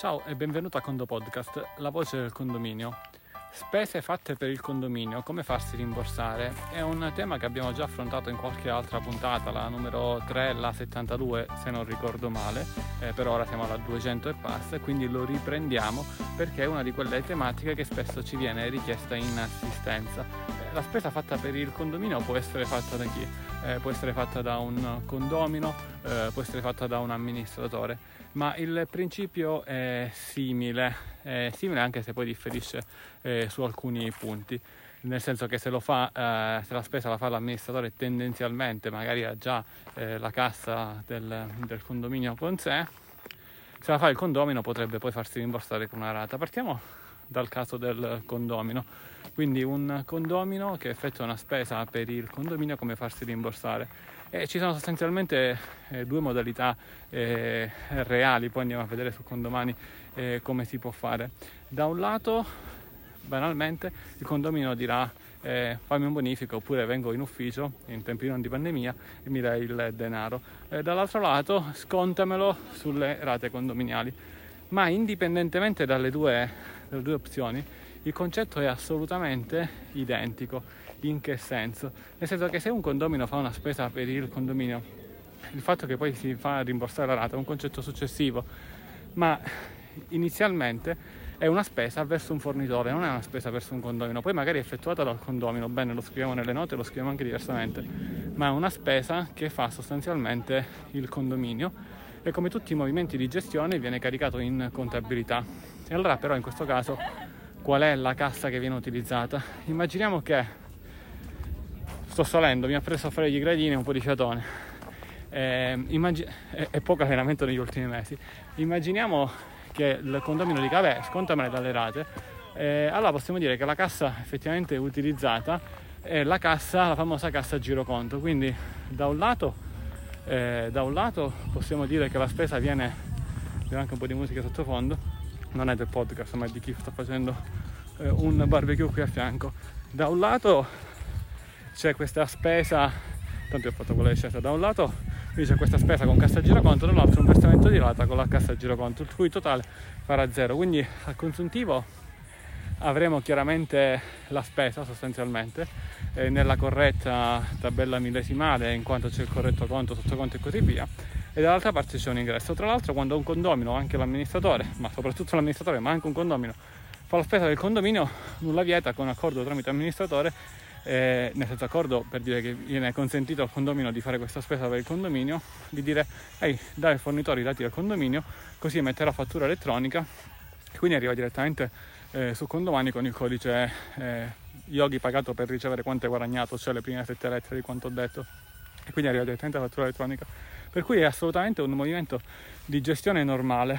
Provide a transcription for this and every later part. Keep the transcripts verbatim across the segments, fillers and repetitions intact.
Ciao e benvenuto a Condo Podcast, la voce del condominio. Spese fatte per il condominio, come farsi rimborsare? È un tema che abbiamo già affrontato in qualche altra puntata, la numero tre, la settantadue se non ricordo male, eh, per ora siamo alla duecento e passa, e quindi lo riprendiamo perché è una di quelle tematiche che spesso ci viene richiesta in assistenza. Eh, la spesa fatta per il condominio può essere fatta da chi? Eh, può essere fatta da un condomino, eh, può essere fatta da un amministratore, ma il principio è simile, è simile anche se poi differisce eh, su alcuni punti, nel senso che se lo fa, eh, se la spesa la fa l'amministratore tendenzialmente, magari ha già eh, la cassa del, del condominio con sé, se la fa il condomino potrebbe poi farsi rimborsare con una rata. Partiamo dal caso del condomino, quindi un condomino che effettua una spesa per il condominio, come farsi rimborsare? E ci sono sostanzialmente eh, due modalità eh, reali, poi andiamo a vedere su Condomani eh, come si può fare. Da un lato, banalmente, il condominio dirà eh, fammi un bonifico oppure vengo in ufficio in tempi non di pandemia e mi dai il denaro. Eh, dall'altro lato, scontamelo sulle rate condominiali. Ma indipendentemente dalle due, dalle due opzioni, il concetto è assolutamente identico. In che senso? Nel senso che se un condomino fa una spesa per il condominio, il fatto che poi si fa rimborsare la rata è un concetto successivo, ma inizialmente è una spesa verso un fornitore, non è una spesa verso un condomino. Poi magari è effettuata dal condomino, bene, lo scriviamo nelle note, lo scriviamo anche diversamente, ma è una spesa che fa sostanzialmente il condominio e come tutti i movimenti di gestione viene caricato in contabilità. E allora però in questo caso qual è la cassa che viene utilizzata? Immaginiamo che sto salendo, mi ha preso a fare gli gradini e un po' di fiatone e, immag- e, e poco allenamento negli ultimi mesi. Immaginiamo che il condomino dica vabbè, scontamene dalle rate, e allora possiamo dire che la cassa effettivamente utilizzata è la cassa, la famosa cassa giroconto. Quindi da un lato eh, da un lato possiamo dire che la spesa viene, c'è anche un po' di musica sottofondo, non è del podcast ma è di chi sta facendo eh, un barbecue qui a fianco. Da un lato c'è questa spesa, tanto ho fatto quella scelta, da un lato qui c'è questa spesa con cassa giroconto, dall'altro un versamento di rata con la cassa giroconto, il cui totale farà zero. Quindi al consuntivo avremo chiaramente la spesa sostanzialmente eh, nella corretta tabella millesimale, in quanto c'è il corretto conto, sottoconto e così via, e dall'altra parte c'è un ingresso. Tra l'altro, quando un condomino, anche l'amministratore, ma soprattutto l'amministratore, ma anche un condomino, fa la spesa del condominio, nulla vieta con accordo tramite amministratore, Eh, nel senso accordo per dire che viene consentito al condominio di fare questa spesa per il condominio, di dire ehi, dai al fornitore i dati del condominio, così emette la fattura elettronica e quindi arriva direttamente eh, su Condomani con il codice eh, Yogi pagato per ricevere quanto hai guadagnato, cioè le prime sette lettere di quanto ho detto, e quindi arriva direttamente la fattura elettronica, per cui è assolutamente un movimento di gestione normale.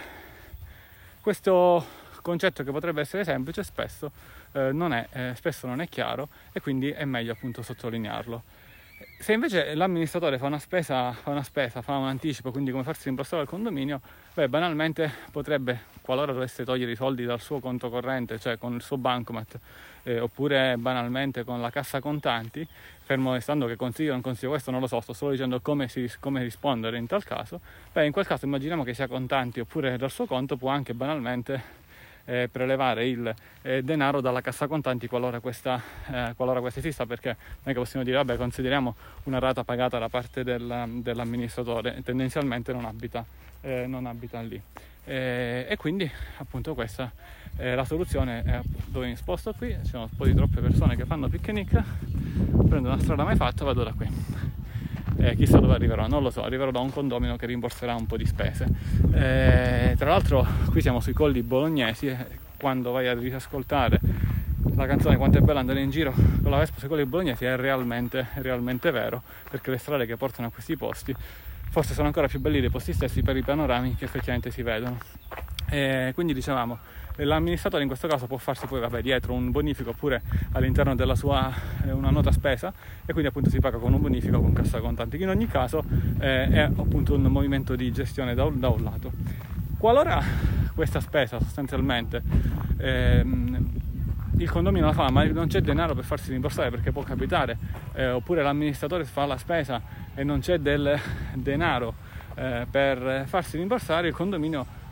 Questo concetto che potrebbe essere semplice spesso eh, non è, eh, spesso non è chiaro, e quindi è meglio appunto sottolinearlo. Se invece l'amministratore fa una spesa, fa una spesa, fa un anticipo, quindi come farsi rimborsare al condominio, beh, banalmente potrebbe, qualora dovesse togliere i soldi dal suo conto corrente, cioè con il suo bancomat, eh, oppure banalmente con la cassa contanti, fermo restando che consiglio o non consiglio questo, non lo so, sto solo dicendo come, si, come rispondere in tal caso, beh, in quel caso immaginiamo che sia contanti oppure dal suo conto, può anche banalmente Eh, prelevare il eh, denaro dalla cassa contanti qualora questa, eh, qualora questa esista, perché non è che possiamo dire vabbè, consideriamo una rata pagata da parte del, dell'amministratore, tendenzialmente non abita, eh, non abita lì, eh, e quindi appunto questa è la soluzione. È dove mi sposto qui, ci sono un po' di troppe persone che fanno picnic, prendo una strada mai fatta, vado da qui. Eh, chissà dove arriverò, non lo so, arriverò da un condomino che rimborserà un po' di spese. Eh, tra l'altro qui siamo sui colli bolognesi, eh, quando vai a risascoltare la canzone Quanto è bello andare in giro con la Vespa sui colli bolognesi è realmente, realmente vero, perché le strade che portano a questi posti forse sono ancora più belli dei posti stessi per i panorami che effettivamente si vedono. E quindi dicevamo, l'amministratore in questo caso può farsi poi vabbè, dietro un bonifico oppure all'interno della sua eh, una nota spesa, e quindi appunto si paga con un bonifico con cassa contanti. In ogni caso eh, è appunto un movimento di gestione da un, da un lato. Qualora questa spesa sostanzialmente ehm, il condominio la fa ma non c'è denaro per farsi rimborsare, perché può capitare, eh, oppure l'amministratore fa la spesa e non c'è del denaro eh, per farsi rimborsare, il condominio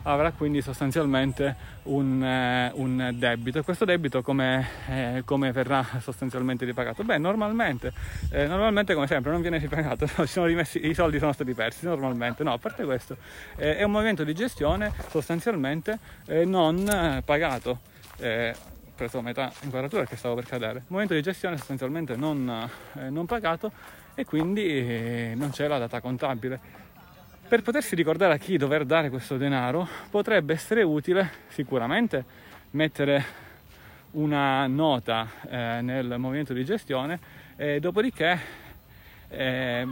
avrà quindi sostanzialmente un, eh, un debito. E questo debito come, eh, come verrà sostanzialmente ripagato? Beh, normalmente, eh, normalmente come sempre non viene ripagato, no, ci sono rimessi, i soldi sono stati persi, normalmente no. A parte questo, eh, è un movimento di gestione sostanzialmente eh, non eh, pagato. Eh, preso metà inquadratura che stavo per cadere, momento di gestione sostanzialmente non, eh, non pagato, e quindi eh, non c'è la data contabile. Per potersi ricordare a chi dover dare questo denaro potrebbe essere utile sicuramente mettere una nota eh, nel movimento di gestione, e dopodiché eh,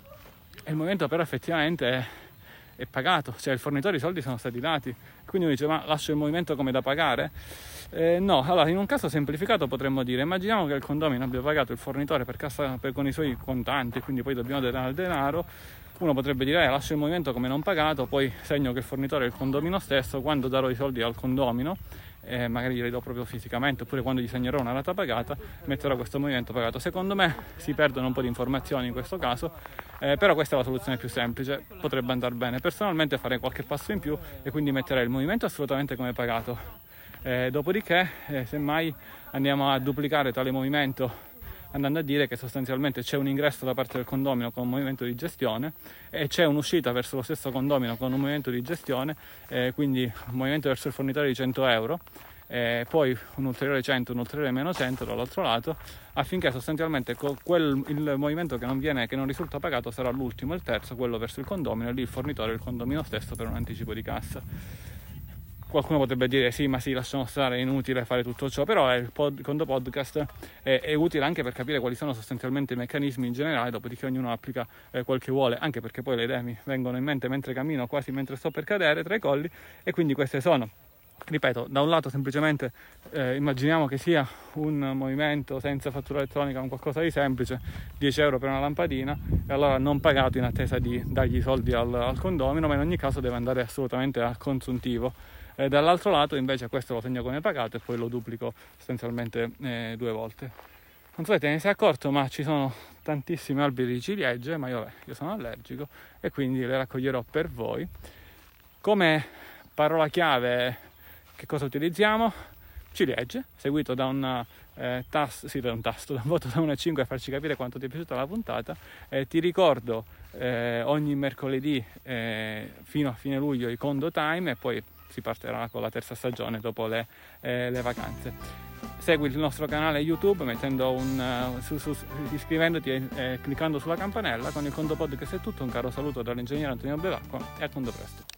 il movimento però effettivamente è, è pagato, cioè il fornitore i soldi sono stati dati, quindi uno dice ma lascio il movimento come da pagare? Eh, no, allora in un caso semplificato potremmo dire, immaginiamo che il condomino abbia pagato il fornitore per cassa, per, con i suoi contanti, quindi poi dobbiamo dare il denaro. Uno potrebbe dire eh, lascio il movimento come non pagato, poi segno che il fornitore è il condomino stesso, quando darò i soldi al condomino, eh, magari glieli do proprio fisicamente, oppure quando gli segnerò una rata pagata metterò questo movimento pagato. Secondo me si perdono un po' di informazioni in questo caso, eh, però questa è la soluzione più semplice, potrebbe andare bene. Personalmente farei qualche passo in più e quindi metterei il movimento assolutamente come pagato. Eh, dopodiché eh, semmai andiamo a duplicare tale movimento andando a dire che sostanzialmente c'è un ingresso da parte del condomino con un movimento di gestione e c'è un'uscita verso lo stesso condomino con un movimento di gestione, eh, quindi un movimento verso il fornitore di cento euro, eh, poi un ulteriore cento, un ulteriore meno cento dall'altro lato, affinché sostanzialmente quel, il movimento che non viene, che non risulta pagato sarà l'ultimo, il terzo, quello verso il condomino, e lì il fornitore è il condomino stesso per un anticipo di cassa. Qualcuno potrebbe dire sì, ma sì, lasciamo stare, è inutile fare tutto ciò, però il pod, Condo Podcast è, è utile anche per capire quali sono sostanzialmente i meccanismi in generale, dopodiché ognuno applica eh, quel che vuole, anche perché poi le idee mi vengono in mente mentre cammino, quasi mentre sto per cadere tra i colli, e quindi queste sono, ripeto, da un lato semplicemente eh, immaginiamo che sia un movimento senza fattura elettronica, un qualcosa di semplice, dieci euro per una lampadina, e allora non pagato in attesa di dargli i soldi al, al condomino, ma in ogni caso deve andare assolutamente a consuntivo. E dall'altro lato invece questo lo segno come pagato e poi lo duplico sostanzialmente eh, due volte. Non so se te ne sei accorto, ma ci sono tantissimi alberi di ciliegie, ma io, vabbè, io sono allergico e quindi le raccoglierò per voi. Come parola chiave che cosa utilizziamo? Ciliegie, seguito da un eh, tasto, sì, da un tasto, da un voto da uno a cinque a farci capire quanto ti è piaciuta la puntata. Eh, ti ricordo eh, ogni mercoledì eh, fino a fine luglio i Condo Time, e poi si partirà con la terza stagione dopo le, eh, le vacanze. Segui il nostro canale YouTube mettendo un, uh, su, su, iscrivendoti e eh, cliccando sulla campanella. Con il Condo Podcast è tutto, un caro saluto dall'ingegnere Antonio Bevacqua e a Condo presto.